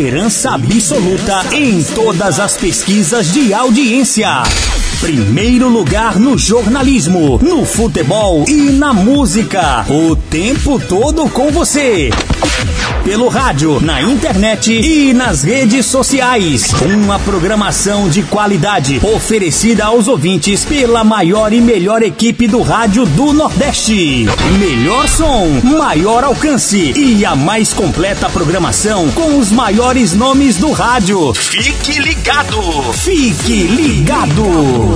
liderança absoluta em todas as pesquisas de audiência. Primeiro lugar no jornalismo, no futebol e na música. O tempo todo com você. Pelo rádio, na internet e nas redes sociais. Uma programação de qualidade oferecida aos ouvintes pela maior e melhor equipe do rádio do Nordeste. Melhor som, maior alcance e a mais completa programação com os maiores nomes do rádio. Fique ligado! Fique ligado!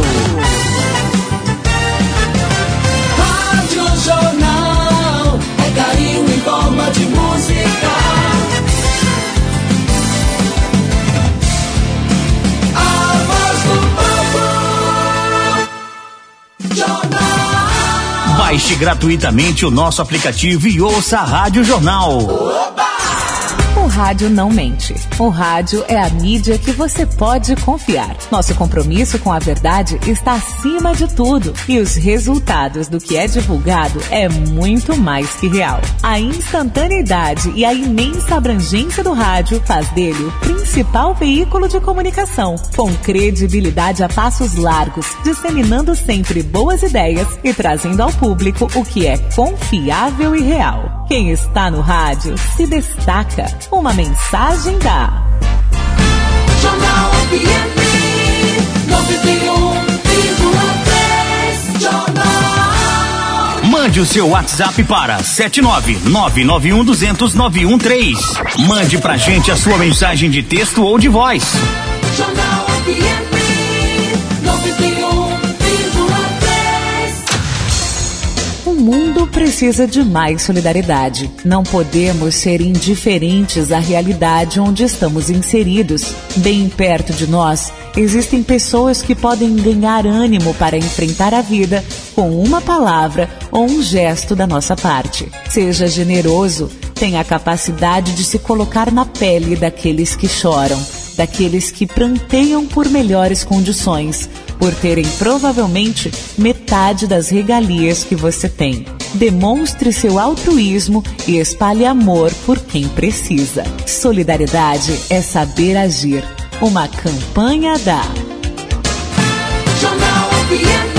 Rádio Jornal é carinho em forma de música. A voz do povo. Jornal. Baixe gratuitamente o nosso aplicativo e ouça a Rádio Jornal. Oba! O rádio não mente. O rádio é a mídia que você pode confiar. Nosso compromisso com a verdade está acima de tudo. E os resultados do que é divulgado é muito mais que real. A instantaneidade e a imensa abrangência do rádio faz dele o principal veículo de comunicação, com credibilidade a passos largos, disseminando sempre boas ideias e trazendo ao público o que é confiável e real. Quem está no rádio se destaca. Uma mensagem da Jornal FM 91,3 Jornal. Mande o seu WhatsApp para 79991200913. Mande pra gente a sua mensagem de texto ou de voz. Jornal FM 91,3. O mundo precisa de mais solidariedade. Não podemos ser indiferentes à realidade onde estamos inseridos. Bem perto de nós, existem pessoas que podem ganhar ânimo para enfrentar a vida com uma palavra ou um gesto da nossa parte. Seja generoso, tenha a capacidade de se colocar na pele daqueles que choram, daqueles que pranteiam por melhores condições, por terem provavelmente metade das regalias que você tem. Demonstre seu altruísmo e espalhe amor por quem precisa. Solidariedade é saber agir. Uma campanha da Jornal FM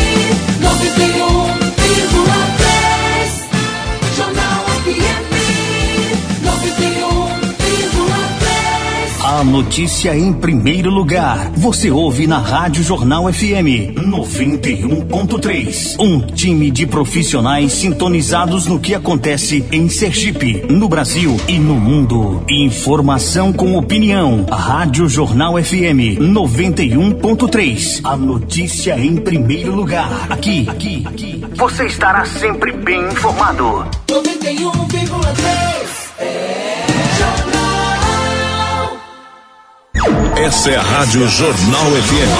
91,3. Jornal FM 91,3. A notícia em primeiro lugar. Você ouve na Rádio Jornal FM 91.3. Um time de profissionais sintonizados no que acontece em Sergipe, no Brasil e no mundo. Informação com opinião. Rádio Jornal FM 91.3. A notícia em primeiro lugar. Aqui. Você estará sempre bem informado. 91,3 Jornal. Essa é a Rádio Jornal FM.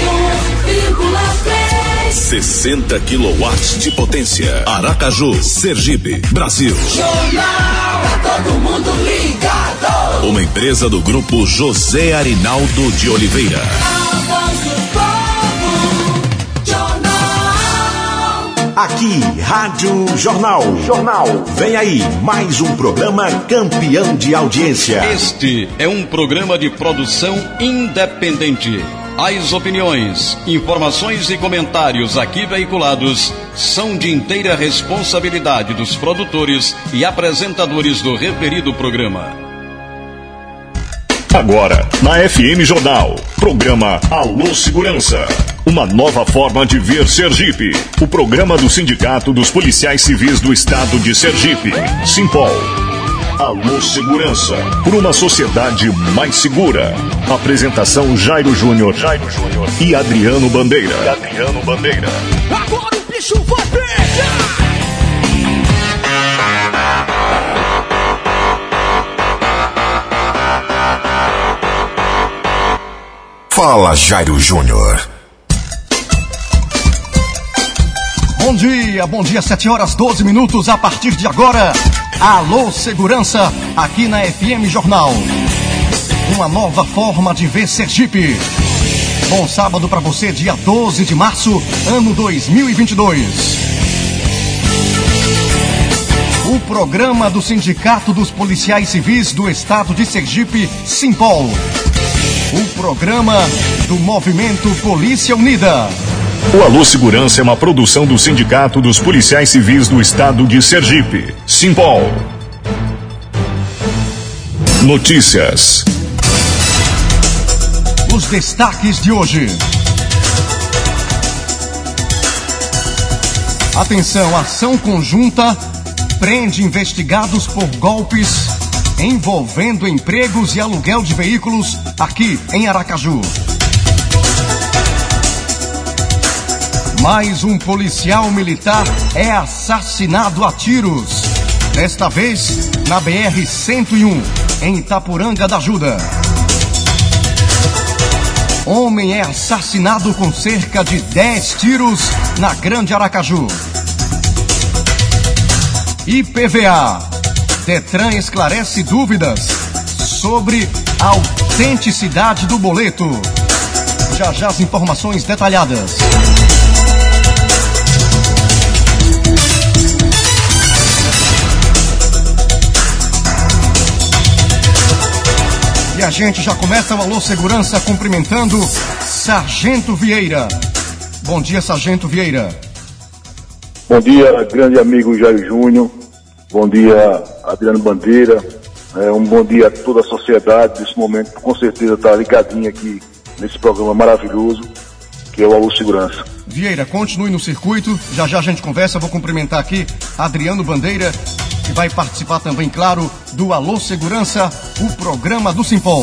91,3 60 kW de potência. Aracaju, Sergipe, Brasil. Jornal. Tá todo mundo ligado. Uma empresa do grupo José Arinaldo de Oliveira. A voz do povo. Jornal. Aqui, Rádio Jornal. Vem aí, mais um programa campeão de audiência. Este é um programa de produção independente. As opiniões, informações e comentários aqui veiculados são de inteira responsabilidade dos produtores e apresentadores do referido programa. Agora, na FM Jornal, programa Alô Segurança. Uma nova forma de ver Sergipe. O programa do Sindicato dos Policiais Civis do Estado de Sergipe, Simpol. Alô Segurança, por uma sociedade mais segura. Apresentação Jairo Júnior e Adriano Bandeira. Agora o bicho vai pegar. Fala, Jairo Júnior. Bom dia, 7h12. A partir de agora, Alô Segurança, aqui na FM Jornal. Uma nova forma de ver Sergipe. Bom sábado para você, dia 12 de março, ano 2022. o programa do Sindicato dos Policiais Civis do Estado de Sergipe, Simpol. O programa do Movimento Polícia Unida. O Alô Segurança é uma produção do Sindicato dos Policiais Civis do Estado de Sergipe, Simpol. Notícias. Os destaques de hoje. Atenção, ação conjunta prende investigados por golpes envolvendo empregos e aluguel de veículos aqui em Aracaju. Mais um policial militar é assassinado a tiros. Desta vez na BR-101, em Itapuranga da Ajuda. Homem é assassinado com cerca de 10 tiros na Grande Aracaju. IPVA. Detran esclarece dúvidas sobre a autenticidade do boleto. Já já as informações detalhadas. E a gente já começa o Alô Segurança cumprimentando Sargento Vieira. Bom dia, Sargento Vieira. Bom dia, grande amigo Jair Júnior. Bom dia, Adriano Bandeira. Um bom dia a toda a sociedade. Nesse momento, com certeza, está ligadinha aqui nesse programa maravilhoso, que é o Alô Segurança. Vieira, continue no circuito. Já já a gente conversa. Vou cumprimentar aqui Adriano Bandeira, que vai participar também, claro, do Alô Segurança, o programa do Simpol.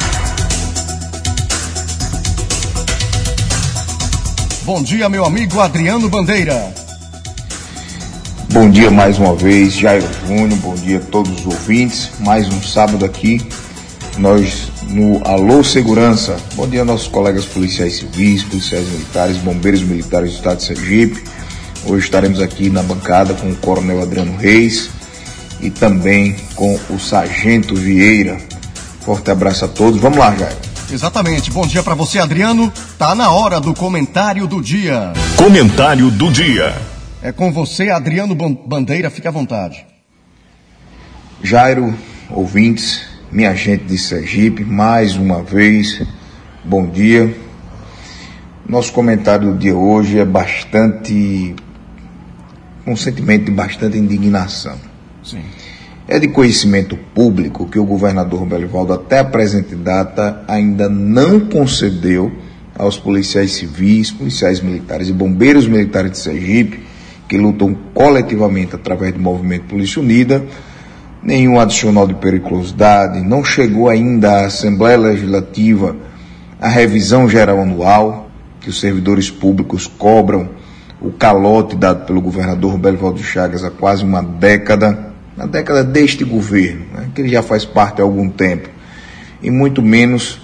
Bom dia, meu amigo Adriano Bandeira. Bom dia mais uma vez, Jair Júnior, bom dia a todos os ouvintes. Mais um sábado aqui, nós no Alô Segurança. Bom dia aos nossos colegas policiais civis, policiais militares, bombeiros militares do estado de Sergipe. Hoje estaremos aqui na bancada com o Coronel Adriano Reis e também com o Sargento Vieira. Forte abraço a todos. Vamos lá, Jair. Exatamente. Bom dia para você, Adriano. Tá na hora do comentário do dia. Comentário do dia. É com você, Adriano Bandeira. Fique à vontade. Jairo, ouvintes, minha gente de Sergipe, mais uma vez, bom dia. Nosso comentário do dia hoje é um sentimento de bastante indignação. Sim. É de conhecimento público que o governador Belivaldo, até a presente data, ainda não concedeu aos policiais civis, policiais militares e bombeiros militares de Sergipe, que lutam coletivamente através do Movimento Polícia Unida, nenhum adicional de periculosidade. Não chegou ainda à Assembleia Legislativa a revisão geral anual, que os servidores públicos cobram o calote dado pelo governador Belivaldo Chagas há quase uma década deste governo, né, que ele já faz parte há algum tempo, e muito menos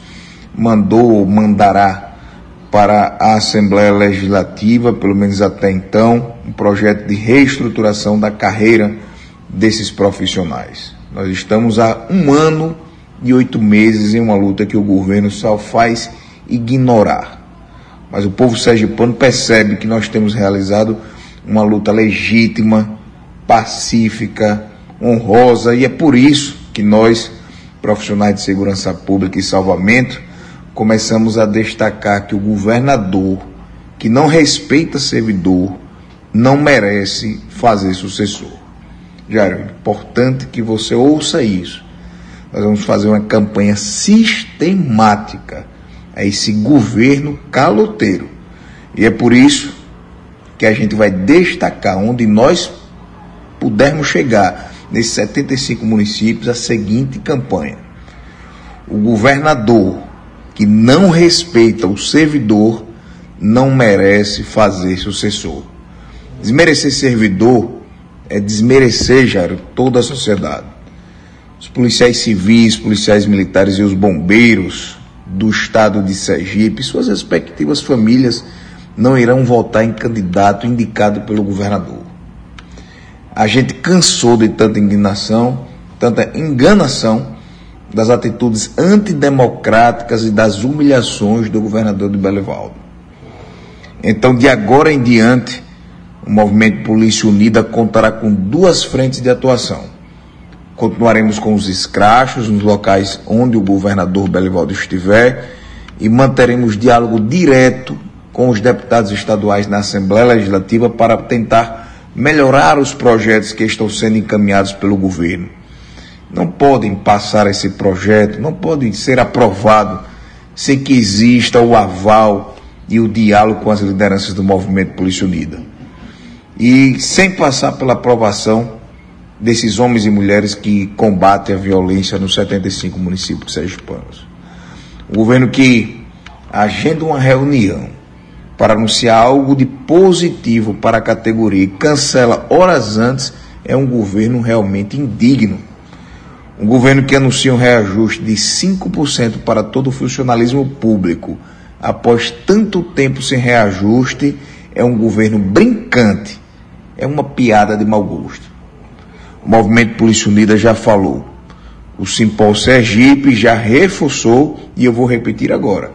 mandará para a Assembleia Legislativa, pelo menos até então, um projeto de reestruturação da carreira desses profissionais. Nós estamos há 1 ano e 8 meses em uma luta que o governo só faz ignorar. Mas o povo sergipano percebe que nós temos realizado uma luta legítima, pacífica, honrosa, e é por isso que nós, profissionais de segurança pública e salvamento, começamos a destacar que o governador, que não respeita servidor, não merece fazer sucessor. Já é importante que você ouça isso. Nós vamos fazer uma campanha sistemática a esse governo caloteiro. E é por isso que a gente vai destacar onde nós pudermos chegar, nesses 75 municípios, a seguinte campanha: o governador que não respeita o servidor não merece fazer sucessor. Desmerecer servidor é desmerecer, Jairo, toda a sociedade. Os policiais civis, policiais militares e os bombeiros do estado de Sergipe e suas respectivas famílias não irão votar em candidato indicado pelo governador. A gente cansou de tanta indignação, tanta enganação, das atitudes antidemocráticas e das humilhações do governador de Belivaldo. Então, de agora em diante, o Movimento Polícia Unida contará com 2 frentes de atuação. Continuaremos com os escrachos nos locais onde o governador Belivaldo estiver e manteremos diálogo direto com os deputados estaduais na Assembleia Legislativa para tentar melhorar os projetos que estão sendo encaminhados pelo governo. Não podem passar esse projeto, não podem ser aprovados sem que exista o aval e o diálogo com as lideranças do Movimento Polícia Unida. E sem passar pela aprovação desses homens e mulheres que combatem a violência nos 75 municípios sergipanos. O governo que agenda uma reunião para anunciar algo de positivo para a categoria e cancela horas antes é um governo realmente indigno. Um governo que anuncia um reajuste de 5% para todo o funcionalismo público após tanto tempo sem reajuste é um governo brincante, é uma piada de mau gosto. O Movimento Polícia Unida já falou, o Simpol Sergipe já reforçou e eu vou repetir agora.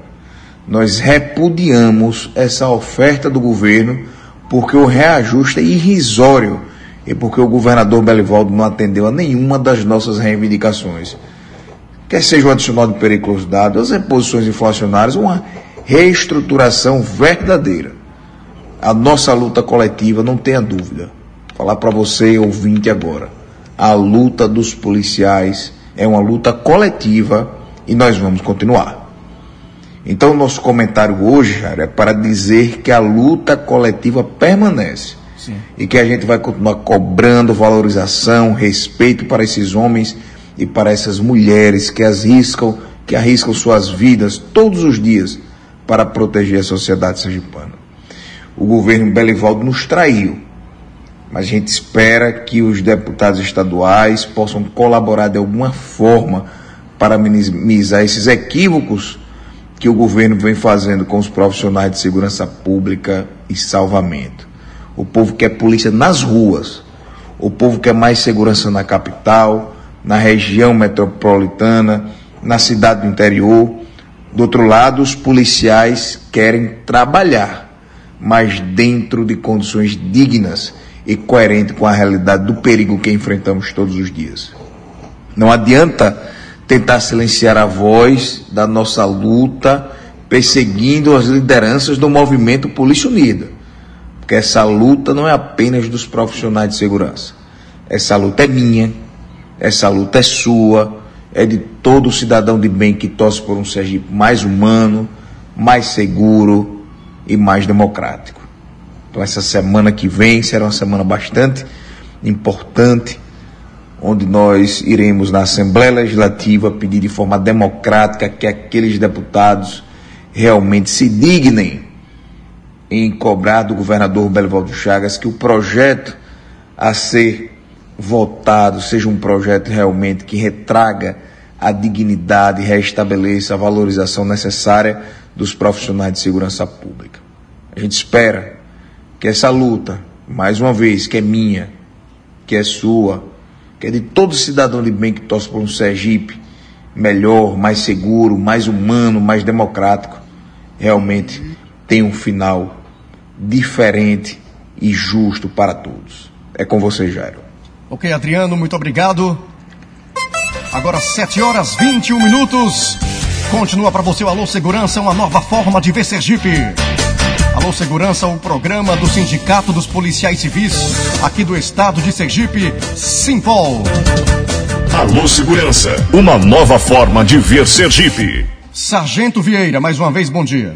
Nós repudiamos essa oferta do governo porque o reajuste é irrisório e porque o governador Belivaldo não atendeu a nenhuma das nossas reivindicações. Quer seja o adicional de periculosidade, as reposições inflacionárias, uma reestruturação verdadeira. A nossa luta coletiva, não tenha dúvida. Vou falar para você, ouvinte, agora. A luta dos policiais é uma luta coletiva e nós vamos continuar. Então, o nosso comentário hoje, Jair, é para dizer que a luta coletiva permanece. Sim. E que a gente vai continuar cobrando valorização, respeito para esses homens e para essas mulheres que arriscam suas vidas todos os dias para proteger a sociedade sergipana. O governo Belivaldo nos traiu, mas a gente espera que os deputados estaduais possam colaborar de alguma forma para minimizar esses equívocos que o governo vem fazendo com os profissionais de segurança pública e salvamento. O povo quer polícia nas ruas, o povo quer mais segurança na capital, na região metropolitana, na cidade do interior. Do outro lado, os policiais querem trabalhar, mas dentro de condições dignas e coerentes com a realidade do perigo que enfrentamos todos os dias. Não adianta tentar silenciar a voz da nossa luta perseguindo as lideranças do Movimento Polícia Unida. Porque essa luta não é apenas dos profissionais de segurança. Essa luta é minha, essa luta é sua, é de todo cidadão de bem que torce por um Sergipe mais humano, mais seguro e mais democrático. Então essa semana que vem será uma semana bastante importante, onde nós iremos na Assembleia Legislativa pedir de forma democrática que aqueles deputados realmente se dignem em cobrar do governador Belivaldo Chagas que o projeto a ser votado seja um projeto realmente que retraga a dignidade e restabeleça a valorização necessária dos profissionais de segurança pública. A gente espera que essa luta, mais uma vez, que é minha, que é sua, que é de todo cidadão de bem que torce por um Sergipe melhor, mais seguro, mais humano, mais democrático, realmente tenha um final diferente e justo para todos. É com você, Jairo. Ok, Adriano, muito obrigado. Agora 7h21. Continua para você o Alô Segurança, uma nova forma de ver Sergipe. Alô Segurança, o programa do Sindicato dos Policiais Civis aqui do estado de Sergipe, Simpol. Alô Segurança, uma nova forma de ver Sergipe. Sargento Vieira, mais uma vez, bom dia.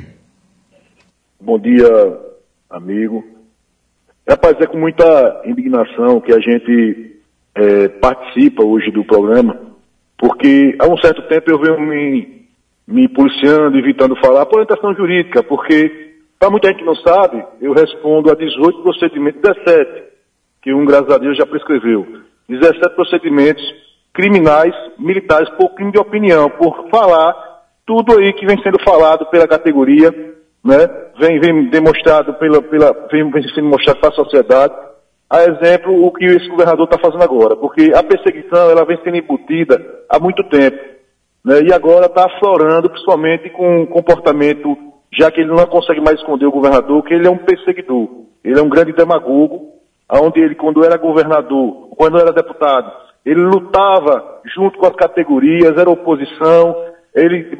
Bom dia, amigo. Rapaz, é com muita indignação que a gente participa hoje do programa, porque há um certo tempo eu venho me policiando, evitando falar por orientação jurídica, porque, para muita gente que não sabe, eu respondo a 18 procedimentos, 17, que graças a Deus, já prescreveu. 17 procedimentos criminais, militares, por crime de opinião, por falar tudo aí que vem sendo falado pela categoria, né? Vem demonstrado vem sendo mostrado para a sociedade, a exemplo o que esse governador está fazendo agora, porque a perseguição ela vem sendo embutida há muito tempo, né? E agora está aflorando, principalmente com um comportamento já que ele não consegue mais esconder o governador, que ele é um perseguidor, ele é um grande demagogo, onde ele, quando era governador, quando era deputado, ele lutava junto com as categorias, era oposição, ele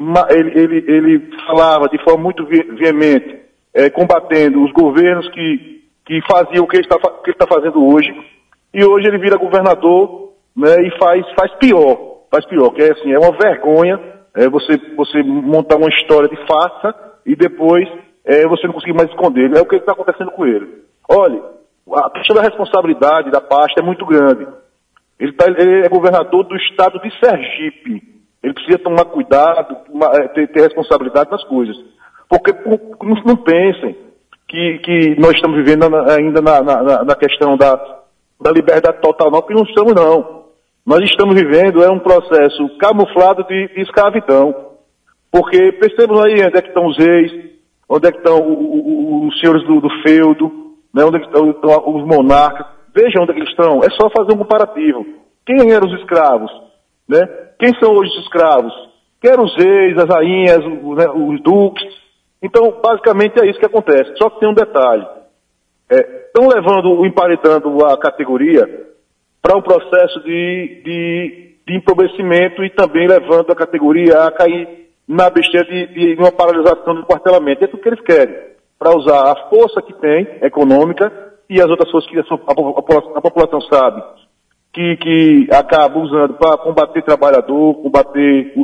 falava de forma muito veemente, combatendo os governos que faziam o que ele está fazendo hoje, e hoje ele vira governador, né, e faz pior, que é assim, é uma vergonha você montar uma história de farsa e depois você não conseguir mais esconder. É o que está acontecendo com ele. Olha, a questão da responsabilidade da pasta é muito grande. Ele é governador do estado de Sergipe. Ele precisa tomar cuidado, ter responsabilidade nas coisas. Porque não pensem que nós estamos vivendo ainda na questão da liberdade total, não, porque não estamos, não. Nós estamos vivendo um processo camuflado de escravidão. Porque percebam aí onde é que estão os reis, onde é que estão os senhores do feudo, né, onde é que estão os monarcas. Vejam onde é que eles estão. É só fazer um comparativo. Quem eram os escravos? Né? Quem são hoje os escravos? Quem eram os reis, as rainhas, os duques? Então, basicamente é isso que acontece. Só que tem um detalhe. Estão emparedando a categoria para um processo de empobrecimento e também levando a categoria a cair na besteira de uma paralisação do quartelamento. É tudo que eles querem, para usar a força que tem, econômica, e as outras forças que a população sabe, que acaba usando para combater trabalhador, combater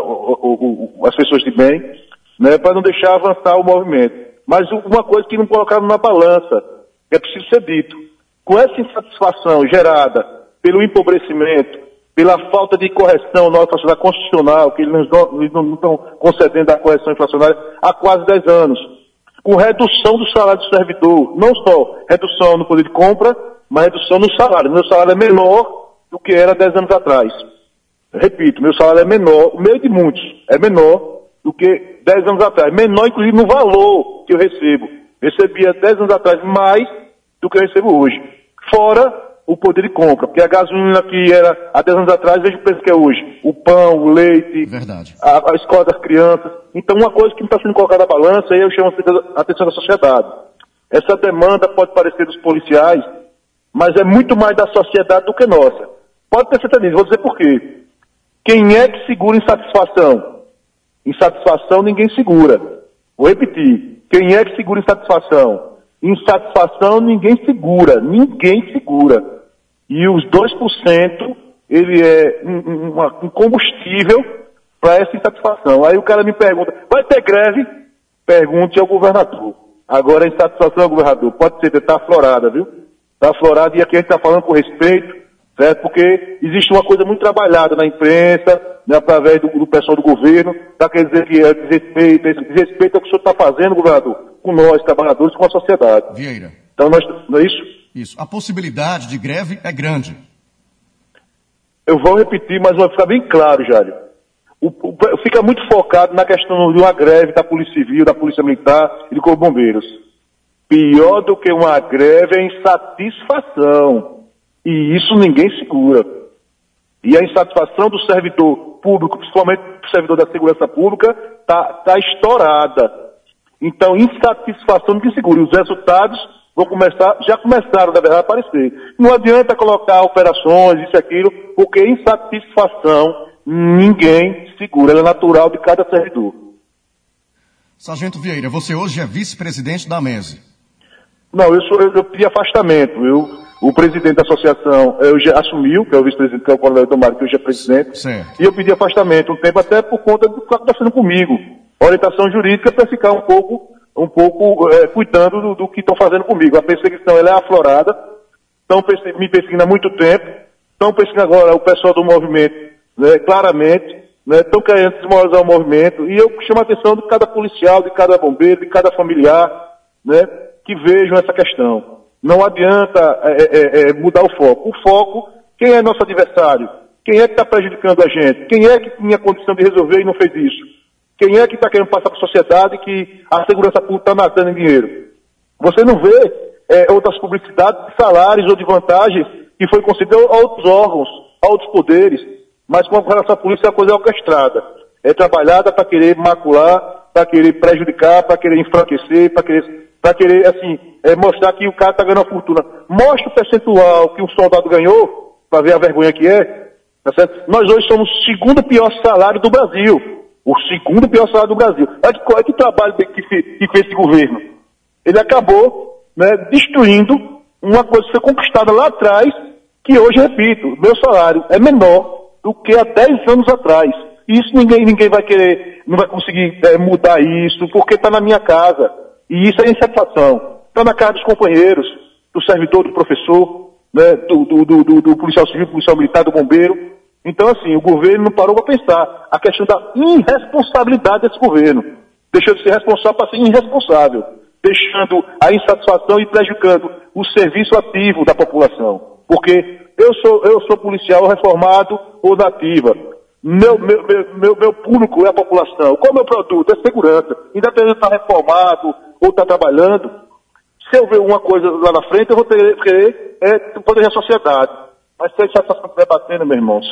as pessoas de bem, né, para não deixar avançar o movimento. Mas uma coisa que não colocaram na balança, é preciso ser dito, com essa insatisfação gerada pelo empobrecimento, pela falta de correção na sociedade constitucional, que eles não estão concedendo a correção inflacionária há quase 10 anos, com redução do salário do servidor, não só redução no poder de compra, mas redução no salário. Meu salário é menor do que era 10 anos atrás. Repito, meu salário é menor, o meu de muitos, é menor do que 10 anos atrás. Menor, inclusive, no valor que eu recebo. Recebia 10 anos atrás mais do que eu recebo hoje. Fora o poder de compra, porque a gasolina que era há 10 anos atrás, veja o preço que é hoje. O pão, o leite, a escola das crianças. Então, uma coisa que não está sendo colocada na balança, aí eu chamo a atenção da sociedade. Essa demanda pode parecer dos policiais, mas é muito mais da sociedade do que nossa. Pode ter certeza disso, vou dizer por quê. Quem é que segura insatisfação? Insatisfação ninguém segura. Vou repetir. Quem é que segura insatisfação? Insatisfação ninguém segura. Ninguém segura. E os 2%, ele é um combustível para essa insatisfação. Aí o cara me pergunta, vai ter greve? Pergunte ao governador. Agora a insatisfação ao governador pode ser, está aflorada, viu? Está aflorada e aqui a gente está falando com respeito, certo? Porque existe uma coisa muito trabalhada na imprensa, né, através do pessoal do governo, para quer dizer que é desrespeito ao que o senhor está fazendo, governador, com nós, trabalhadores, com a sociedade. Vieira. Então, não é isso? Isso. A possibilidade de greve é grande. Eu vou repetir, mas vai ficar bem claro, Jário. Fica muito focado na questão de uma greve da Polícia Civil, da Polícia Militar e do Corpo de Bombeiros. Pior do que uma greve é a insatisfação. E isso ninguém segura. E a insatisfação do servidor público, principalmente do servidor da segurança pública, tá estourada. Então, insatisfação ninguém segura. E os resultados já começaram, na verdade, a aparecer. Não adianta colocar operações, isso e aquilo, porque insatisfação ninguém segura. Ela é natural de cada servidor. Sargento Vieira, você hoje é vice-presidente da MESE. Não, eu pedi afastamento. O presidente da associação já assumiu, que é o vice-presidente, que é o coronel Tomário, que hoje é presidente. Certo. E eu pedi afastamento um tempo, até por conta do que está acontecendo comigo. Orientação jurídica para ficar um pouco cuidando do que estão fazendo comigo. A perseguição ela é aflorada, estão me perseguindo há muito tempo, estão perseguindo agora o pessoal do movimento, né, claramente, né, estão querendo desmoralizar o movimento, e eu chamo a atenção de cada policial, de cada bombeiro, de cada familiar, né, que vejam essa questão. Não adianta mudar o foco. O foco, quem é nosso adversário? Quem é que está prejudicando a gente? Quem é que tinha condição de resolver e não fez isso? Quem é que está querendo passar para a sociedade que a segurança pública está nadando em dinheiro? Você não vê outras publicidades de salários ou de vantagens que foi concedido a outros órgãos, a outros poderes, mas com relação à polícia a coisa é orquestrada. trabalhada para querer macular, para querer prejudicar, para querer enfraquecer, para querer assim, mostrar que o cara está ganhando uma fortuna. Mostra o percentual que um soldado ganhou, para ver a vergonha que é, tá certo? Nós hoje somos o segundo pior salário do Brasil. O segundo pior salário do Brasil. Olha que trabalho que fez esse governo. Ele acabou, né, destruindo uma coisa que foi conquistada lá atrás, que hoje, repito, meu salário é menor do que há 10 anos atrás. E isso ninguém vai querer, não vai conseguir mudar isso, porque está na minha casa. E isso é insatisfação. Está na casa dos companheiros, do servidor, do professor, né, do policial civil, policial militar, do bombeiro. Então, assim, o governo não parou para pensar a questão da irresponsabilidade desse governo. Deixou de ser responsável para ser irresponsável, deixando a insatisfação e prejudicando o serviço ativo da população. Porque eu sou policial reformado ou da ativa. Meu público é a população. Qual é o meu produto? É segurança. Independente de estar reformado ou estar trabalhando, se eu ver uma coisa lá na frente, eu vou querer proteger a sociedade. Mas se a insatisfação estiver batendo, meu irmão,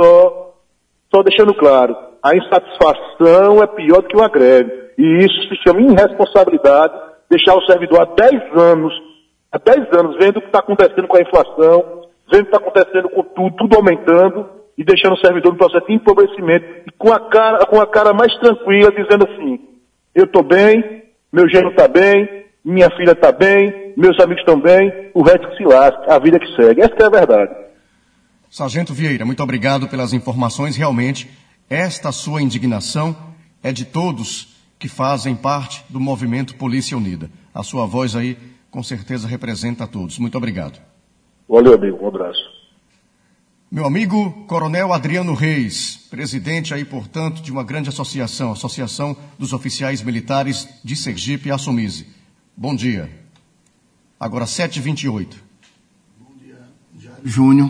só deixando claro, a insatisfação é pior do que uma greve. E isso se chama irresponsabilidade, deixar o servidor há 10 anos, vendo o que está acontecendo com a inflação, vendo o que está acontecendo com tudo aumentando, e deixando o servidor no processo de empobrecimento, e com a cara mais tranquila, dizendo assim, eu estou bem, meu genro está bem, minha filha está bem, meus amigos estão bem, o resto que se lasca, a vida que segue. Essa é a verdade. Sargento Vieira, muito obrigado pelas informações. Realmente, esta sua indignação é de todos que fazem parte do movimento Polícia Unida. A sua voz aí, com certeza, representa a todos. Muito obrigado. Valeu, amigo. Um abraço. Meu amigo Coronel Adriano Reis, presidente aí, portanto, de uma grande associação, Associação dos Oficiais Militares de Sergipe, a Assomise. Bom dia. Agora 7h28. Bom dia, Jair Júnior.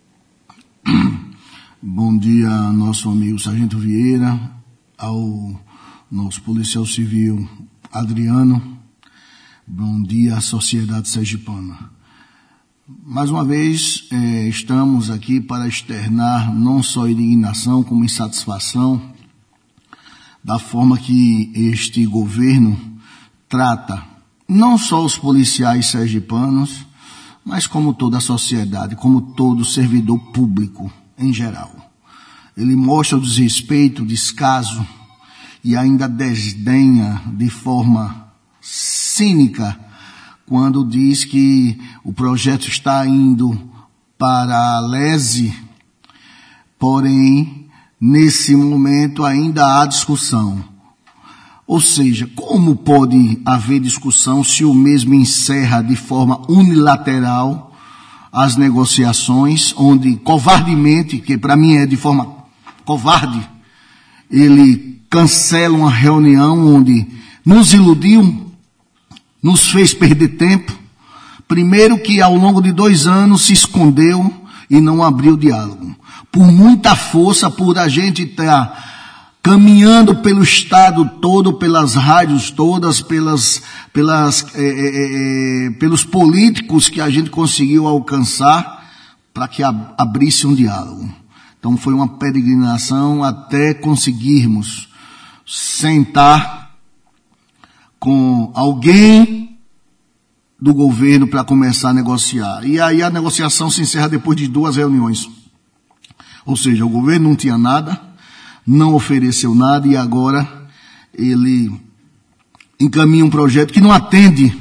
Bom dia, nosso amigo Sargento Vieira, ao nosso policial civil Adriano. Bom dia à sociedade sergipana. Mais uma vez, estamos aqui para externar não só indignação, como insatisfação da forma que este governo trata não só os policiais sergipanos, mas como toda a sociedade, como todo servidor público em geral. Ele mostra o desrespeito, o descaso e ainda desdenha de forma cínica quando diz que o projeto está indo para a LESE, porém, nesse momento ainda há discussão. Ou seja, como pode haver discussão se o mesmo encerra de forma unilateral as negociações, onde covardemente, que para mim é de forma covarde, ele cancela uma reunião onde nos iludiu, nos fez perder tempo. Primeiro que ao longo de 2 anos se escondeu e não abriu diálogo. Por muita força, por a gente estar caminhando pelo estado todo, pelas rádios todas, pelos políticos que a gente conseguiu alcançar para que abrisse um diálogo. Então foi uma peregrinação até conseguirmos sentar com alguém do governo para começar a negociar. E aí a negociação se encerra depois de 2 reuniões. Ou seja, o governo não tinha nada, não ofereceu nada e agora ele encaminha um projeto que não atende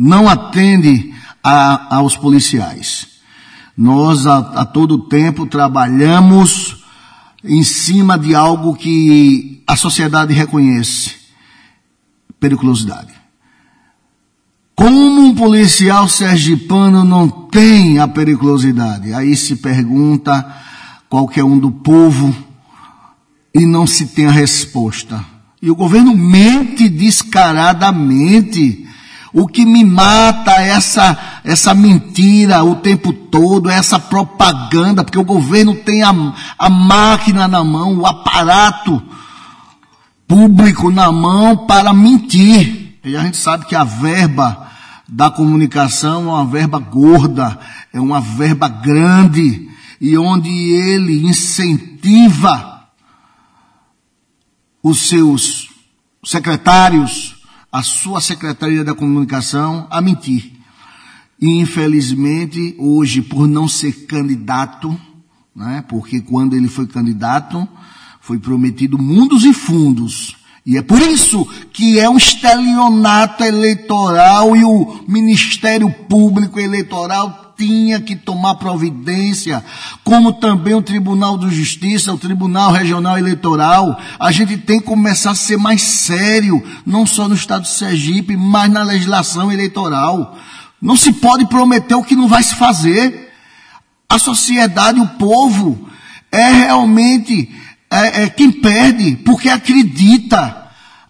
aos policiais. Nós a todo tempo trabalhamos em cima de algo que a sociedade reconhece: periculosidade. Como um policial sergipano não tem a periculosidade? Aí se pergunta qualquer um do povo e não se tem a resposta. E o governo mente descaradamente. O que me mata é essa mentira o tempo todo, essa propaganda, porque o governo tem a máquina na mão, o aparato público na mão para mentir. E a gente sabe que a verba da comunicação é uma verba gorda, é uma verba grande, e onde ele incentiva os seus secretários, a sua Secretaria da Comunicação, a mentir. E, infelizmente, hoje, por não ser candidato, né, porque quando ele foi candidato, foi prometido mundos e fundos. E é por isso que é um estelionato eleitoral e o Ministério Público Eleitoral tinha que tomar providência, como também o Tribunal de Justiça, o Tribunal Regional Eleitoral. A gente tem que começar a ser mais sério, não só no estado de Sergipe, mas na legislação eleitoral. Não se pode prometer o que não vai se fazer. A sociedade, o povo, é realmente quem perde, porque acredita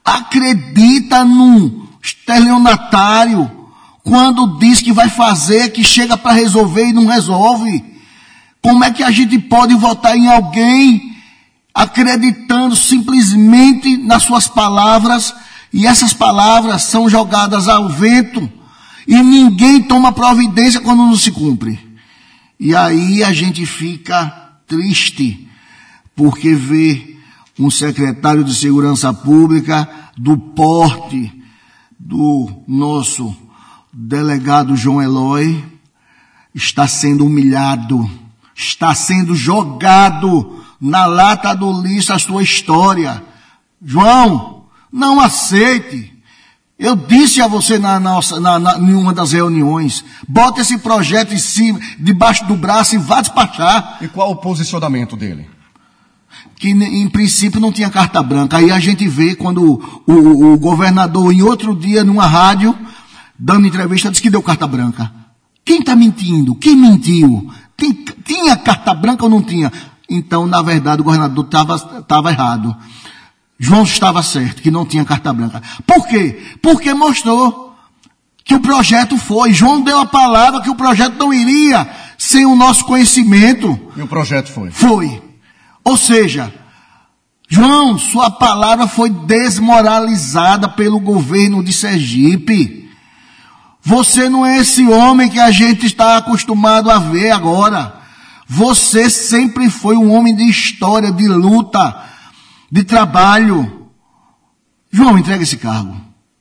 num estelionatário, quando diz que vai fazer, que chega para resolver e não resolve. Como é que a gente pode votar em alguém acreditando simplesmente nas suas palavras, e essas palavras são jogadas ao vento, e ninguém toma providência quando não se cumpre? E aí a gente fica triste, porque vê um secretário de Segurança Pública do porte do nosso delegado João Eloy está sendo humilhado, está sendo jogado na lata do lixo a sua história. João, não aceite. Eu disse a você em uma das reuniões, bota esse projeto em cima, debaixo do braço e vá despachar. E qual o posicionamento dele? Que em princípio não tinha carta branca. Aí a gente vê quando o governador, em outro dia, numa rádio, dando entrevista, disse que deu carta branca. Quem está mentindo? Quem mentiu? Tinha carta branca ou não tinha? Então, na verdade, o governador estava errado. João estava certo, que não tinha carta branca. Por quê? Porque mostrou que o projeto foi. João deu a palavra que o projeto não iria sem o nosso conhecimento. E o projeto foi? Foi. Ou seja, João, sua palavra foi desmoralizada pelo governo de Sergipe. Você não é esse homem que a gente está acostumado a ver agora. Você sempre foi um homem de história, de luta, de trabalho. João, entrega esse cargo.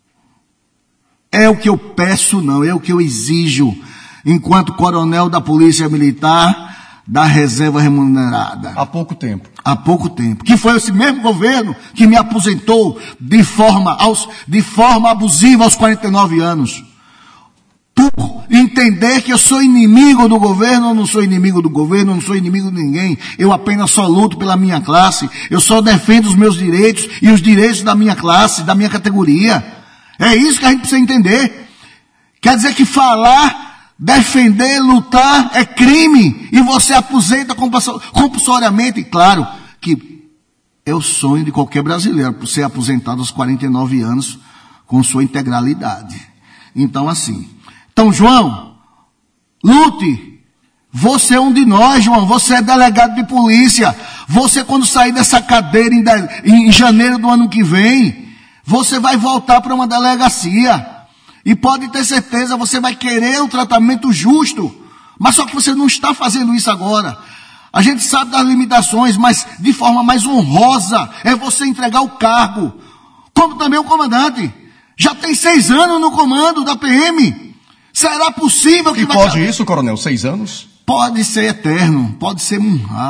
É o que eu peço, não, é o que eu exijo, enquanto coronel da Polícia Militar, da reserva remunerada. Há pouco tempo. Há pouco tempo. Que foi esse mesmo governo que me aposentou de forma abusiva aos 49 anos. Por entender que eu sou inimigo do governo, eu não sou inimigo do governo, eu não sou inimigo de ninguém. Eu apenas só luto pela minha classe. Eu só defendo os meus direitos e os direitos da minha classe, da minha categoria. É isso que a gente precisa entender. Quer dizer que falar, defender, lutar é crime e você aposenta compulsoriamente. Claro que é o sonho de qualquer brasileiro, ser aposentado aos 49 anos com sua integralidade. Então, João, lute. Você é um de nós, João. Você é delegado de polícia. Você, quando sair dessa cadeira em janeiro do ano que vem, você vai voltar para uma delegacia. E pode ter certeza, você vai querer o tratamento justo. Mas só que você não está fazendo isso agora. A gente sabe das limitações, mas de forma mais honrosa é você entregar o cargo. Como também o comandante. Já tem 6 anos no comando da PM. Será possível que... E pode isso, coronel? 6 anos? Pode ser eterno, pode ser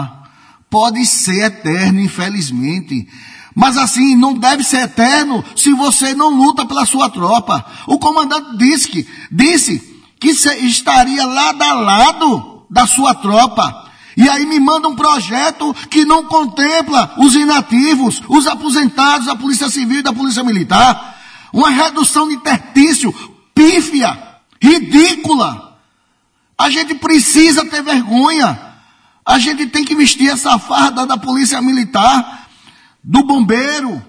pode ser eterno, infelizmente. Mas assim, não deve ser eterno se você não luta pela sua tropa. O comandante disse que estaria lado a lado da sua tropa. E aí me manda um projeto que não contempla os inativos, os aposentados da Polícia Civil e da Polícia Militar. Uma redução de interstício pífia, ridícula. A gente precisa ter vergonha. A gente tem que vestir essa farda da Polícia Militar, do bombeiro,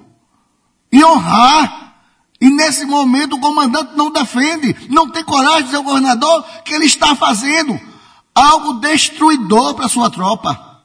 e honrar. E nesse momento o comandante não defende, não tem coragem de dizer ao governador que ele está fazendo algo destruidor para a sua tropa.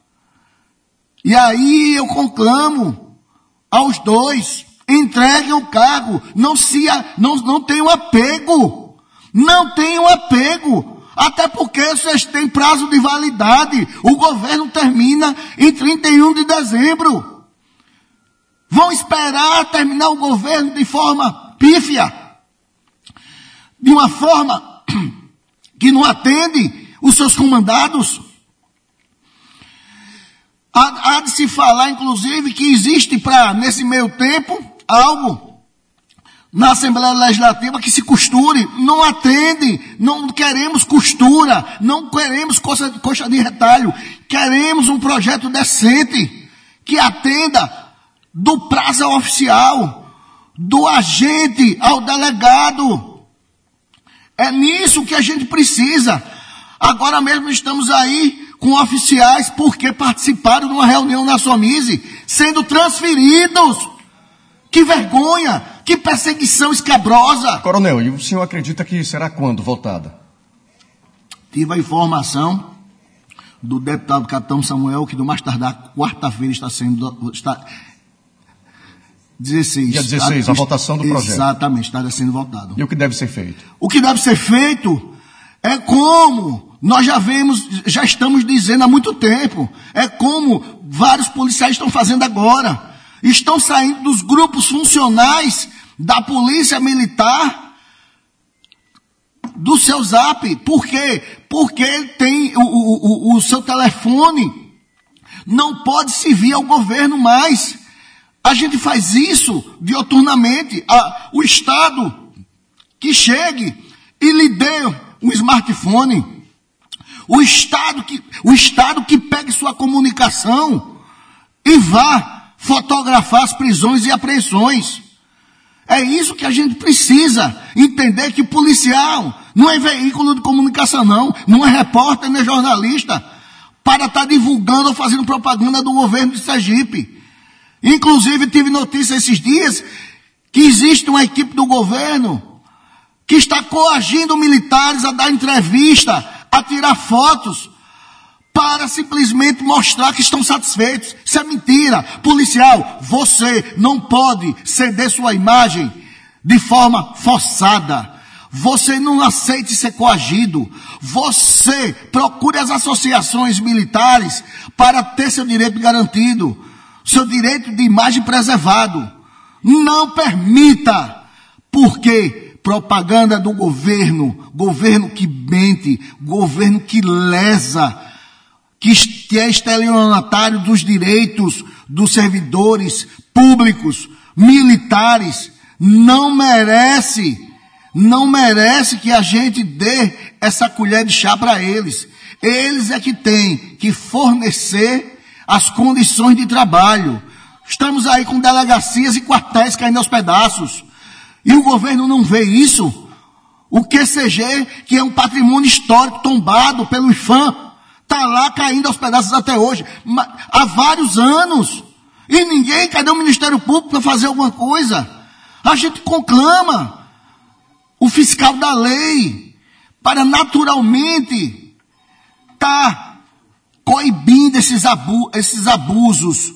E aí eu conclamo aos dois, entreguem o cargo, não tenham apego, não tenham apego, até porque vocês têm prazo de validade, o governo termina em 31 de dezembro. Vão esperar terminar o governo de forma pífia, de uma forma que não atende os seus comandados. Há de se falar, inclusive, que existe nesse meio tempo, algo na Assembleia Legislativa que se costure. Não atende, não queremos costura, não queremos coxa de retalho, queremos um projeto decente que atenda do prazo ao oficial, do agente ao delegado. É nisso que a gente precisa. Agora mesmo estamos aí com oficiais porque participaram de uma reunião na Somise, sendo transferidos. Que vergonha, que perseguição escabrosa. Coronel, e o senhor acredita que será quando votada? Tive a informação do deputado Capitão Samuel que do mais tardar quarta-feira está 16. Dia 16, a votação do projeto. Exatamente, está sendo votado. E o que deve ser feito? O que deve ser feito é como nós já estamos dizendo há muito tempo, é como vários policiais estão fazendo agora. Estão saindo dos grupos funcionais da Polícia Militar do seu zap. Por quê? Porque tem o seu telefone não pode servir ao governo mais. A gente faz isso dioturnamente. O Estado que chegue e lhe dê um smartphone, o Estado que pegue sua comunicação e vá fotografar as prisões e apreensões. É isso que a gente precisa entender, que policial não é veículo de comunicação não é repórter, não é jornalista para estar divulgando ou fazendo propaganda do governo de Sergipe. Inclusive tive notícia esses dias que existe uma equipe do governo que está coagindo militares a dar entrevista, a tirar fotos para simplesmente mostrar que estão satisfeitos. Isso é mentira. Policial, você não pode ceder sua imagem de forma forçada. Você não aceite ser coagido. Você procure as associações militares para ter seu direito garantido, seu direito de imagem preservado. Não permita, porque propaganda do governo que mente, governo que lesa, que é estelionatário dos direitos dos servidores públicos, militares, não merece que a gente dê essa colher de chá para eles. Eles é que têm que fornecer as condições de trabalho. Estamos aí com delegacias e quartéis caindo aos pedaços. E o governo não vê isso. O QCG, que é um patrimônio histórico tombado pelo IFAM, está lá caindo aos pedaços até hoje, há vários anos. E ninguém, cadê o Ministério Público para fazer alguma coisa? A gente conclama o fiscal da lei para naturalmente estar coibindo esses abusos,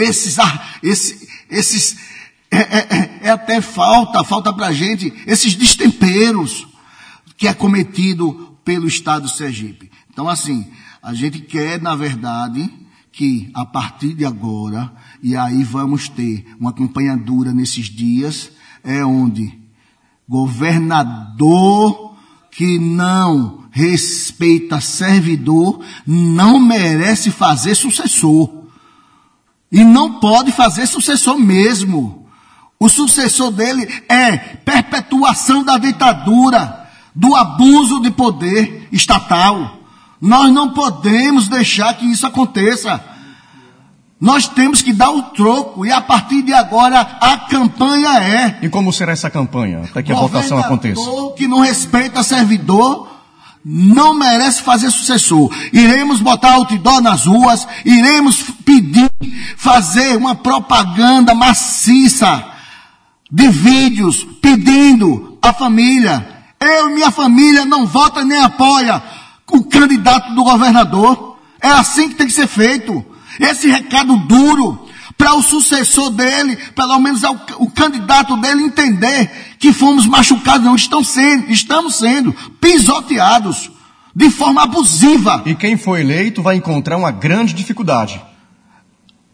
até falta para a gente, esses destemperos que é cometido pelo Estado de Sergipe. Então, assim, a gente quer, na verdade, que a partir de agora, e aí vamos ter uma campanha dura nesses dias, é onde governador que não respeita servidor não merece fazer sucessor. E não pode fazer sucessor mesmo. O sucessor dele é perpetuação da ditadura, do abuso de poder estatal. Nós não podemos deixar que isso aconteça. Nós temos que dar o troco, e a partir de agora a campanha é... E como será essa campanha, até que a votação aconteça? Governador que não respeita servidor não merece fazer sucessor. Iremos botar outdoor nas ruas, iremos pedir, fazer uma propaganda maciça de vídeos pedindo à família. Eu e minha família não vota nem apoia o candidato do governador. É assim que tem que ser feito. Esse recado duro para o sucessor dele, pelo menos o candidato dele entender que fomos machucados, não, estamos sendo pisoteados de forma abusiva. E quem for eleito vai encontrar uma grande dificuldade.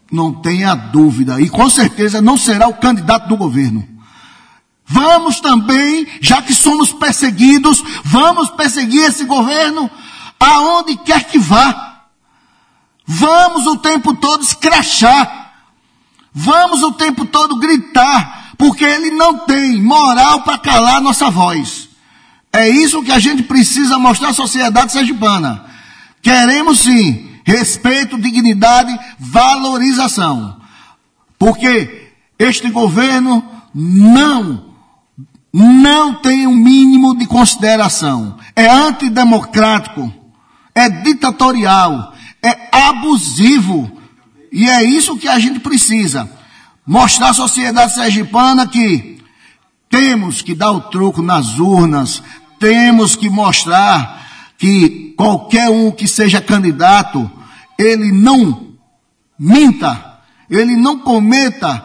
Não tenha dúvida. E com certeza não será o candidato do governo. Vamos também, já que somos perseguidos, vamos perseguir esse governo aonde quer que vá. Vamos o tempo todo escrachar. Vamos o tempo todo gritar, porque ele não tem moral para calar nossa voz. É isso que a gente precisa mostrar à sociedade sergipana. Queremos sim respeito, dignidade, valorização. Porque este governo não tem um mínimo de consideração. É antidemocrático, é ditatorial, é abusivo. E é isso que a gente precisa. Mostrar à sociedade sergipana que temos que dar o troco nas urnas, temos que mostrar que qualquer um que seja candidato, ele não minta, ele não cometa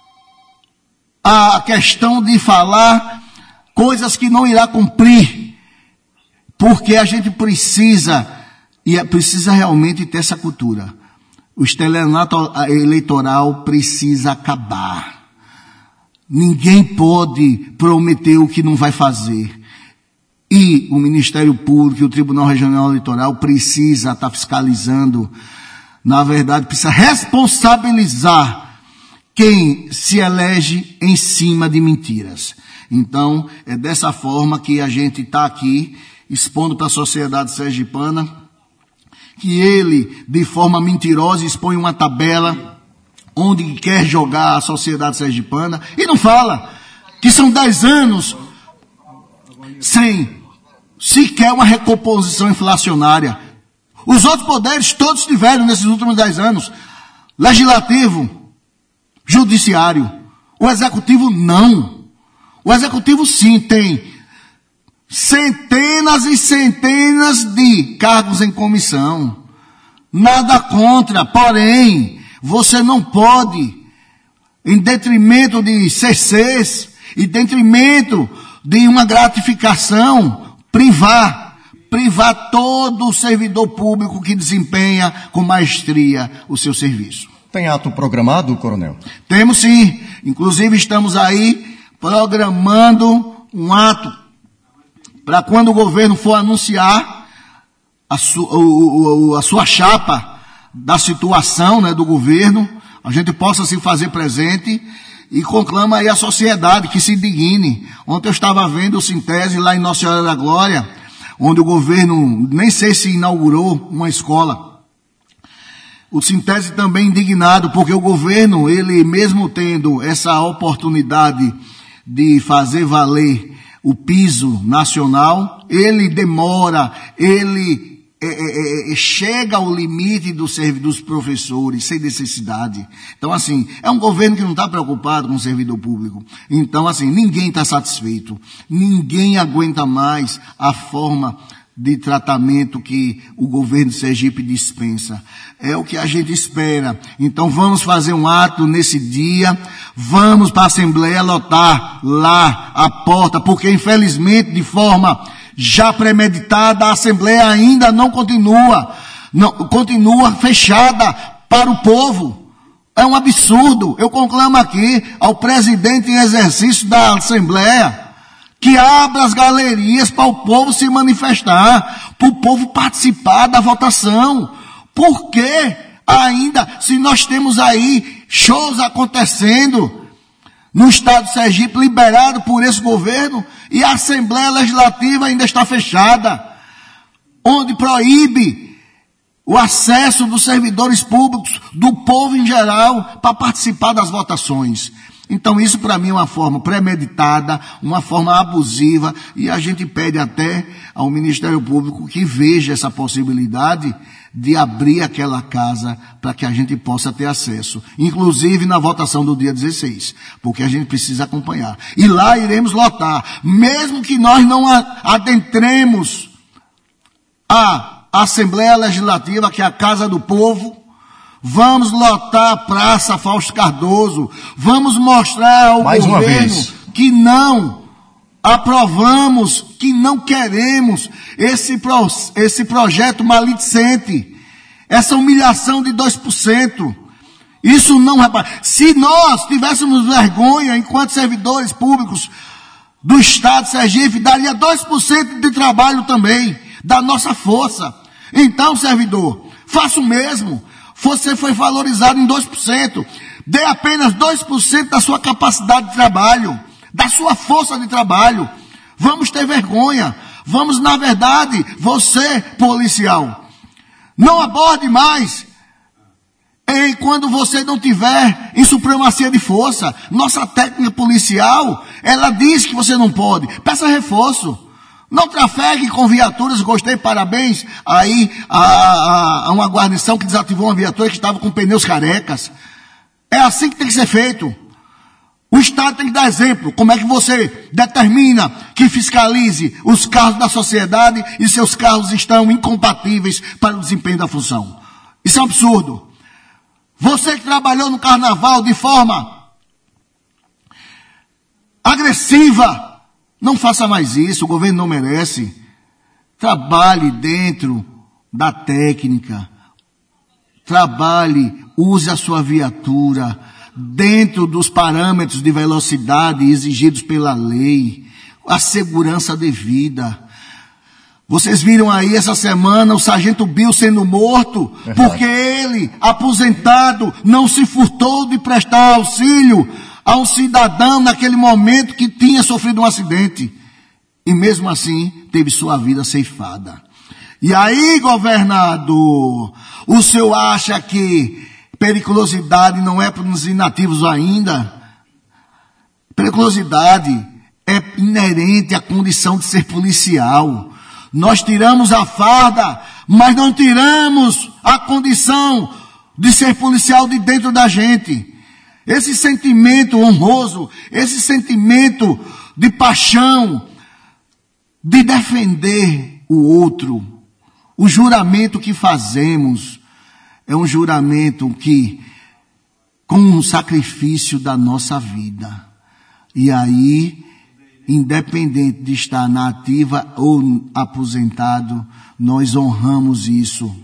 a questão de falar coisas que não irá cumprir, porque a gente precisa realmente ter essa cultura. O estelionato eleitoral precisa acabar. Ninguém pode prometer o que não vai fazer. E o Ministério Público e o Tribunal Regional Eleitoral precisa estar fiscalizando. Na verdade, precisa responsabilizar quem se elege em cima de mentiras. Então, é dessa forma que a gente está aqui, expondo para a sociedade sergipana, que ele, de forma mentirosa, expõe uma tabela onde quer jogar a sociedade sergipana, e não fala que são 10 anos sem sequer uma recomposição inflacionária. Os outros poderes todos tiveram nesses últimos 10 anos. Legislativo, judiciário. O executivo não. O executivo sim tem centenas e centenas de cargos em comissão. Nada contra, porém, você não pode, em detrimento de CCs, em detrimento de uma gratificação, privar todo o servidor público que desempenha com maestria o seu serviço. Tem ato programado, coronel? Temos sim. Inclusive estamos aí programando um ato para quando o governo for anunciar a sua chapa da situação, né, do governo, a gente possa se fazer presente e conclama aí a sociedade que se indigne. Ontem eu estava vendo o Sintese lá em Nossa Senhora da Glória, onde o governo, nem sei se inaugurou uma escola. O Sintese também indignado, porque o governo, ele mesmo tendo essa oportunidade de fazer valer o piso nacional, ele demora, ele chega ao limite dos professores, sem necessidade. Então, assim, é um governo que não está preocupado com o servidor público. Então, assim, ninguém está satisfeito. Ninguém aguenta mais a forma de tratamento que o governo de Sergipe dispensa. É o que a gente espera. Então, vamos fazer um ato nesse dia. Vamos para a Assembleia lotar lá a porta, porque, infelizmente, de forma já premeditada, a Assembleia ainda não continua fechada para o povo. É um absurdo. Eu conclamo aqui ao presidente em exercício da Assembleia que abra as galerias para o povo se manifestar, para o povo participar da votação. Por que ainda, se nós temos aí shows acontecendo no estado de Sergipe, liberado por esse governo, e a Assembleia Legislativa ainda está fechada, onde proíbe o acesso dos servidores públicos, do povo em geral, para participar das votações. Então isso para mim é uma forma premeditada, uma forma abusiva, e a gente pede até ao Ministério Público que veja essa possibilidade de abrir aquela casa para que a gente possa ter acesso, inclusive na votação do dia 16, porque a gente precisa acompanhar. E lá iremos lotar, mesmo que nós não adentremos a Assembleia Legislativa, que é a Casa do Povo, vamos lotar a Praça Fausto Cardoso, vamos mostrar ao governo que não aprovamos, que não queremos esse projeto maledicente, essa humilhação de 2%. Isso não repara. Se nós tivéssemos vergonha, enquanto servidores públicos do Estado de Sergipe, daria 2% de trabalho também, da nossa força. Então, servidor, faça o mesmo. Você foi valorizado em 2%. Dê apenas 2% da sua capacidade de trabalho, da sua força de trabalho. Vamos ter vergonha. Vamos, na verdade, você, policial, não aborde mais quando você não tiver em supremacia de força. Nossa técnica policial, ela diz que você não pode. Peça reforço. Não trafegue com viaturas. Gostei, parabéns aí a uma guarnição que desativou uma viatura que estava com pneus carecas. É assim que tem que ser feito. O Estado tem que dar exemplo. Como é que você determina que fiscalize os carros da sociedade e seus carros estão incompatíveis para o desempenho da função? Isso é um absurdo. Você que trabalhou no carnaval de forma agressiva, não faça mais isso, o governo não merece. Trabalhe dentro da técnica. Trabalhe, use a sua viatura dentro dos parâmetros de velocidade exigidos pela lei. A segurança devida. Vocês viram aí essa semana o sargento Bill sendo morto porque ele, aposentado, não se furtou de prestar auxílio a um cidadão naquele momento que tinha sofrido um acidente. E mesmo assim, teve sua vida ceifada. E aí, governador, o senhor acha que periculosidade não é para os inativos ainda? Periculosidade é inerente à condição de ser policial. Nós tiramos a farda, mas não tiramos a condição de ser policial de dentro da gente. Esse sentimento honroso, esse sentimento de paixão, de defender o outro, o juramento que fazemos, é um juramento que, com um sacrifício da nossa vida. E aí, independente de estar na ativa ou aposentado, nós honramos isso.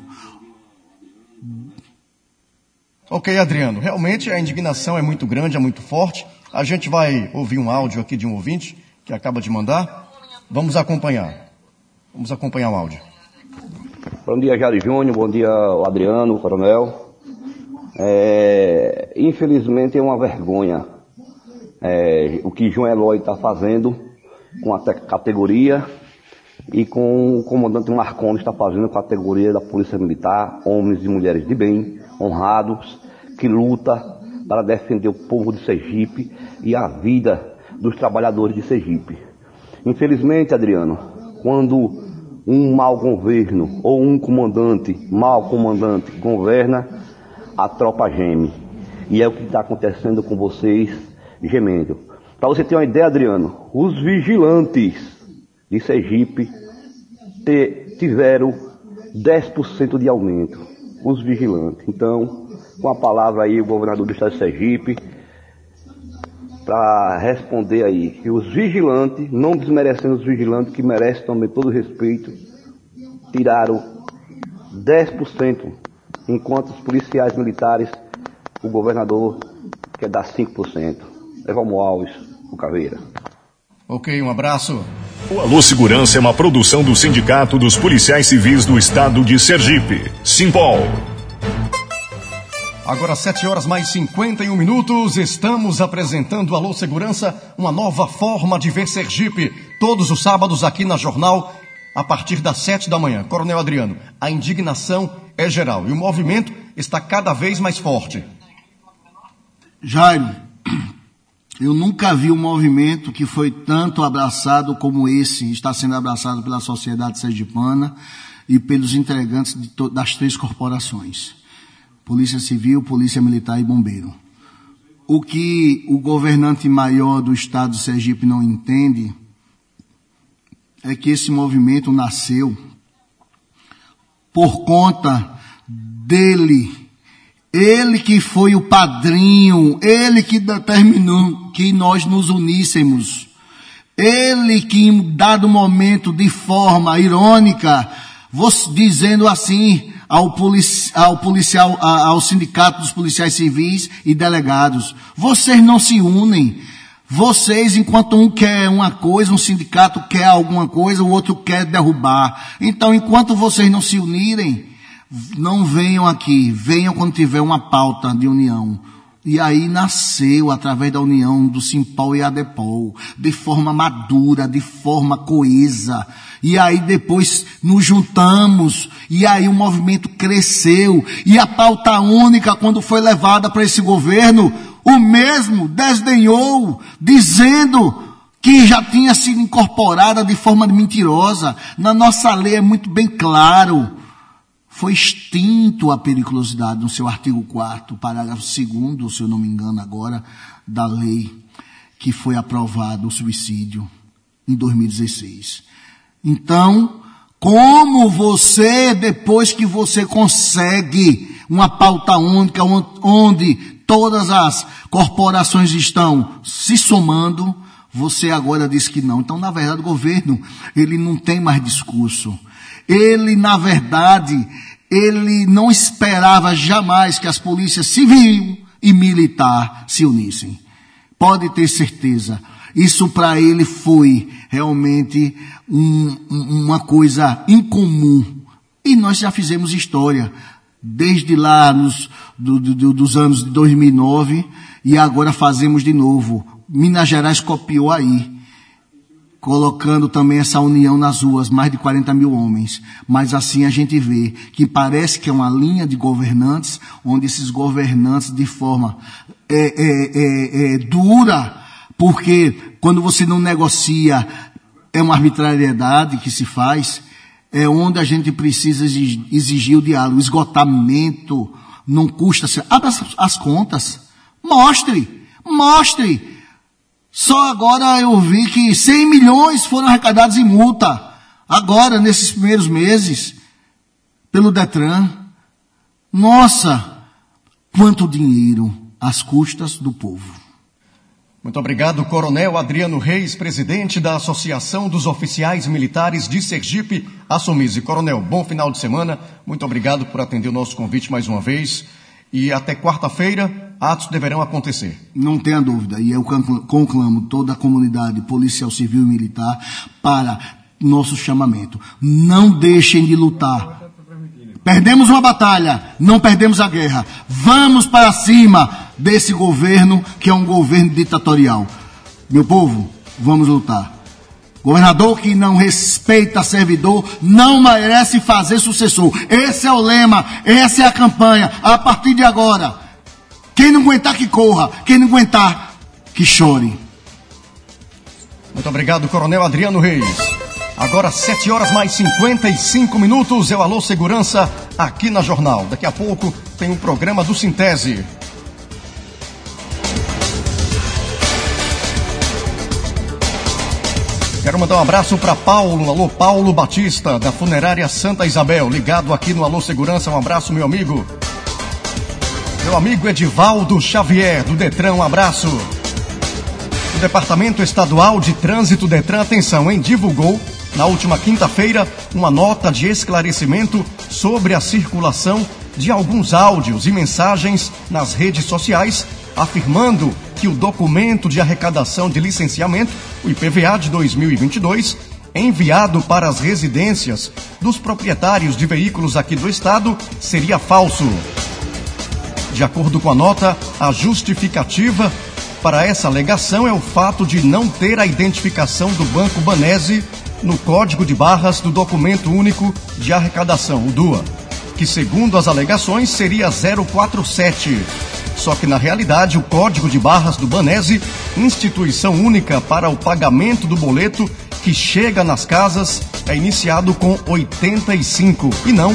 Ok, Adriano, realmente a indignação é muito grande, é muito forte. A gente vai ouvir um áudio aqui de um ouvinte que acaba de mandar. Vamos acompanhar. Vamos acompanhar o áudio. Bom dia, Jair Júnior. Bom dia, Adriano, Coronel. Infelizmente é uma vergonha o que João Eloy está fazendo com a categoria e com o comandante Marconi está fazendo com a categoria da Polícia Militar, homens e mulheres de bem, honrados, que luta para defender o povo de Sergipe e a vida dos trabalhadores de Sergipe. Infelizmente, Adriano, quando um mau governo ou um mau comandante governa, a tropa geme. E é o que está acontecendo com vocês, gemendo. Para você ter uma ideia, Adriano, os vigilantes de Sergipe tiveram 10% de aumento. Os vigilantes. Então, com a palavra aí, o governador do estado de Sergipe, para responder aí, que os vigilantes, não desmerecendo os vigilantes, que merecem também todo o respeito, tiraram 10%, enquanto os policiais militares, o governador quer dar 5%. Evalmo Alves, o Caveira. Ok, um abraço. O Alô Segurança é uma produção do Sindicato dos Policiais Civis do Estado de Sergipe, Simpol. Agora 7h mais 51, estamos apresentando Alô Segurança, uma nova forma de ver Sergipe, todos os sábados aqui na Jornal, a partir das 7 da manhã. Coronel Adriano, a indignação é geral e o movimento está cada vez mais forte. Jairo, eu nunca vi um movimento que foi tanto abraçado como esse, está sendo abraçado pela sociedade sergipana e pelos integrantes das 3 corporações. Polícia Civil, Polícia Militar e Bombeiro. O que o governante maior do estado de Sergipe não entende é que esse movimento nasceu por conta dele. Ele que foi o padrinho, ele que determinou que nós nos uníssemos. Ele que em dado momento, de forma irônica, dizendo assim, ao sindicato dos policiais civis e delegados. Vocês não se unem. Vocês, enquanto um quer uma coisa, um sindicato quer alguma coisa, o outro quer derrubar. Então, enquanto vocês não se unirem, não venham aqui. Venham quando tiver uma pauta de união. E aí nasceu, através da união do Simpol e ADEPOL, de forma madura, de forma coesa. E aí depois nos juntamos, e aí o movimento cresceu. E a pauta única, quando foi levada para esse governo, o mesmo desdenhou, dizendo que já tinha sido incorporada de forma mentirosa. Na nossa lei é muito bem claro. Foi extinto a periculosidade no seu artigo 4º, parágrafo 2º, se eu não me engano agora, da lei que foi aprovado o suicídio em 2016. Então, como você, depois que você consegue uma pauta única, onde todas as corporações estão se somando, você agora diz que não. Então, na verdade, o governo, ele não tem mais discurso. Ele, na verdade, ele não esperava jamais que as polícias civil e militar se unissem. Pode ter certeza. Isso para ele foi realmente uma coisa incomum. E nós já fizemos história. Desde lá dos anos de 2009 e agora fazemos de novo. Minas Gerais copiou aí, colocando também essa união nas ruas, mais de 40 mil homens. Mas assim a gente vê que parece que é uma linha de governantes, onde esses governantes de forma dura, porque quando você não negocia, é uma arbitrariedade que se faz, é onde a gente precisa exigir o diálogo. O esgotamento não custa. Abra as contas. Mostre. Só agora eu vi que 100 milhões foram arrecadados em multa. Agora, nesses primeiros meses, pelo Detran. Nossa, quanto dinheiro às custas do povo. Muito obrigado, Coronel Adriano Reis, presidente da Associação dos Oficiais Militares de Sergipe, Assomise. Coronel, bom final de semana. Muito obrigado por atender o nosso convite mais uma vez. E até quarta-feira, atos deverão acontecer. Não tenha dúvida. E eu conclamo toda a comunidade policial, civil e militar para nosso chamamento. Não deixem de lutar. Perdemos uma batalha, não perdemos a guerra. Vamos para cima desse governo que é um governo ditatorial. Meu povo, vamos lutar. Governador que não respeita servidor não merece fazer sucessor. Esse é o lema, essa é a campanha. A partir de agora, quem não aguentar que corra, quem não aguentar que chore. Muito obrigado, Coronel Adriano Reis. Agora 7 horas mais 55 minutos, é o Alô Segurança aqui na Jornal. Daqui a pouco tem um programa do Sintese. Quero mandar um abraço para Paulo, alô Paulo Batista, da Funerária Santa Isabel, ligado aqui no Alô Segurança. Um abraço, meu amigo. Meu amigo Edivaldo Xavier, do Detran, um abraço. O Departamento Estadual de Trânsito Detran, atenção, divulgou na última quinta-feira uma nota de esclarecimento sobre a circulação de alguns áudios e mensagens nas redes sociais, afirmando que o documento de arrecadação de licenciamento, o IPVA de 2022, enviado para as residências dos proprietários de veículos aqui do estado, seria falso. De acordo com a nota, a justificativa para essa alegação é o fato de não ter a identificação do Banco Banese no código de barras do Documento Único de Arrecadação, o DUA, que segundo as alegações seria 047. Só que na realidade o código de barras do Banese, instituição única para o pagamento do boleto que chega nas casas, é iniciado com 85 e não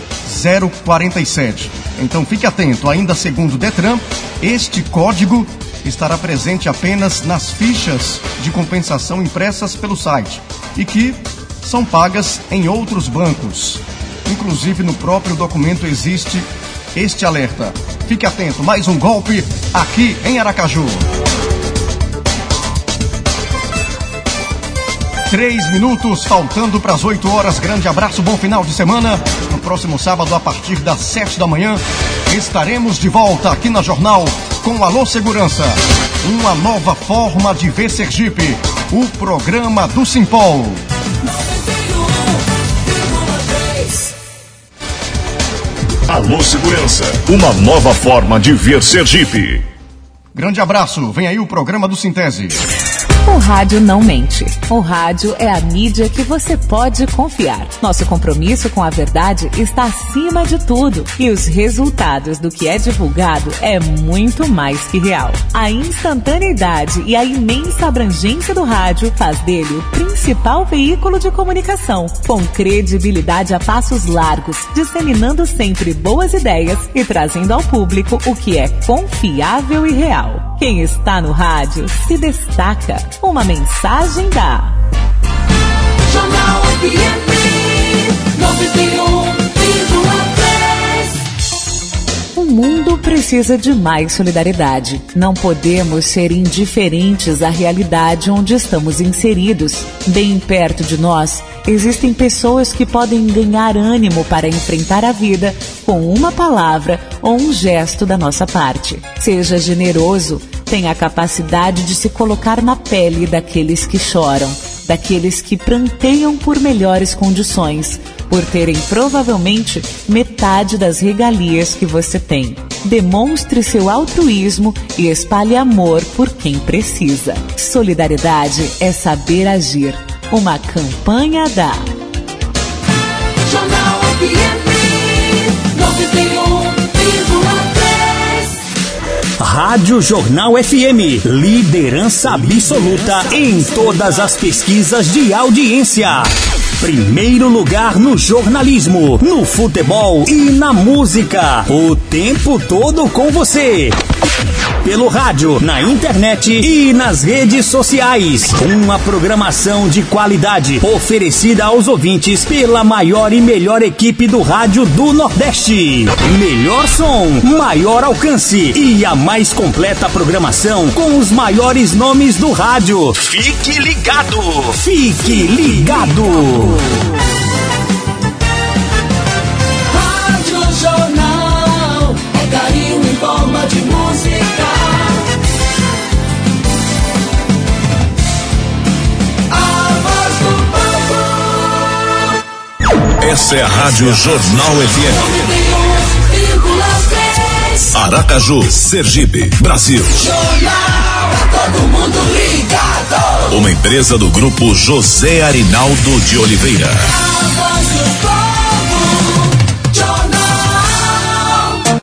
047. Então fique atento, ainda segundo o Detran, este código estará presente apenas nas fichas de compensação impressas pelo site e que são pagas em outros bancos. Inclusive no próprio documento existe este alerta. Fique atento, mais um golpe aqui em Aracaju. 3 minutos faltando para as 8 horas. Grande abraço, bom final de semana. No próximo sábado, a partir das 7 da manhã, estaremos de volta aqui na Jornal com Alô Segurança. Uma nova forma de ver Sergipe. O programa do Simpol. Alô Segurança, uma nova forma de ver Sergipe. Grande abraço, vem aí o programa do Sintese. O rádio não mente. O rádio é a mídia que você pode confiar. Nosso compromisso com a verdade está acima de tudo. E os resultados do que é divulgado é muito mais que real. A instantaneidade e a imensa abrangência do rádio faz dele o principal veículo de comunicação, com credibilidade a passos largos, disseminando sempre boas ideias e trazendo ao público o que é confiável e real. Quem está no rádio se destaca. Uma mensagem da Jornal FM 91,3. O mundo precisa de mais solidariedade. Não podemos ser indiferentes à realidade onde estamos inseridos. Bem perto de nós, existem pessoas que podem ganhar ânimo para enfrentar a vida com uma palavra ou um gesto da nossa parte. Seja generoso, tenha a capacidade de se colocar na pele daqueles que choram, daqueles que pranteiam por melhores condições, por terem provavelmente metade das regalias que você tem. Demonstre seu altruísmo e espalhe amor por quem precisa. Solidariedade é saber agir. Uma campanha da Jornal FM 91,3. Rádio Jornal FM, liderança absoluta em todas as pesquisas de audiência. Primeiro lugar no jornalismo, no futebol e na música. O tempo todo com você. Pelo rádio, na internet e nas redes sociais. Uma programação de qualidade oferecida aos ouvintes pela maior e melhor equipe do rádio do Nordeste. Melhor som, maior alcance e a mais completa programação com os maiores nomes do rádio. Fique ligado! Fique ligado! Rádio Jornal é carinho em forma de música. A voz do povo. Essa é a Rádio Jornal FM. 91,3. Aracaju, Sergipe, Brasil. Jornal, tá todo mundo ligado. Uma empresa do grupo José Arinaldo de Oliveira. A voz do povo.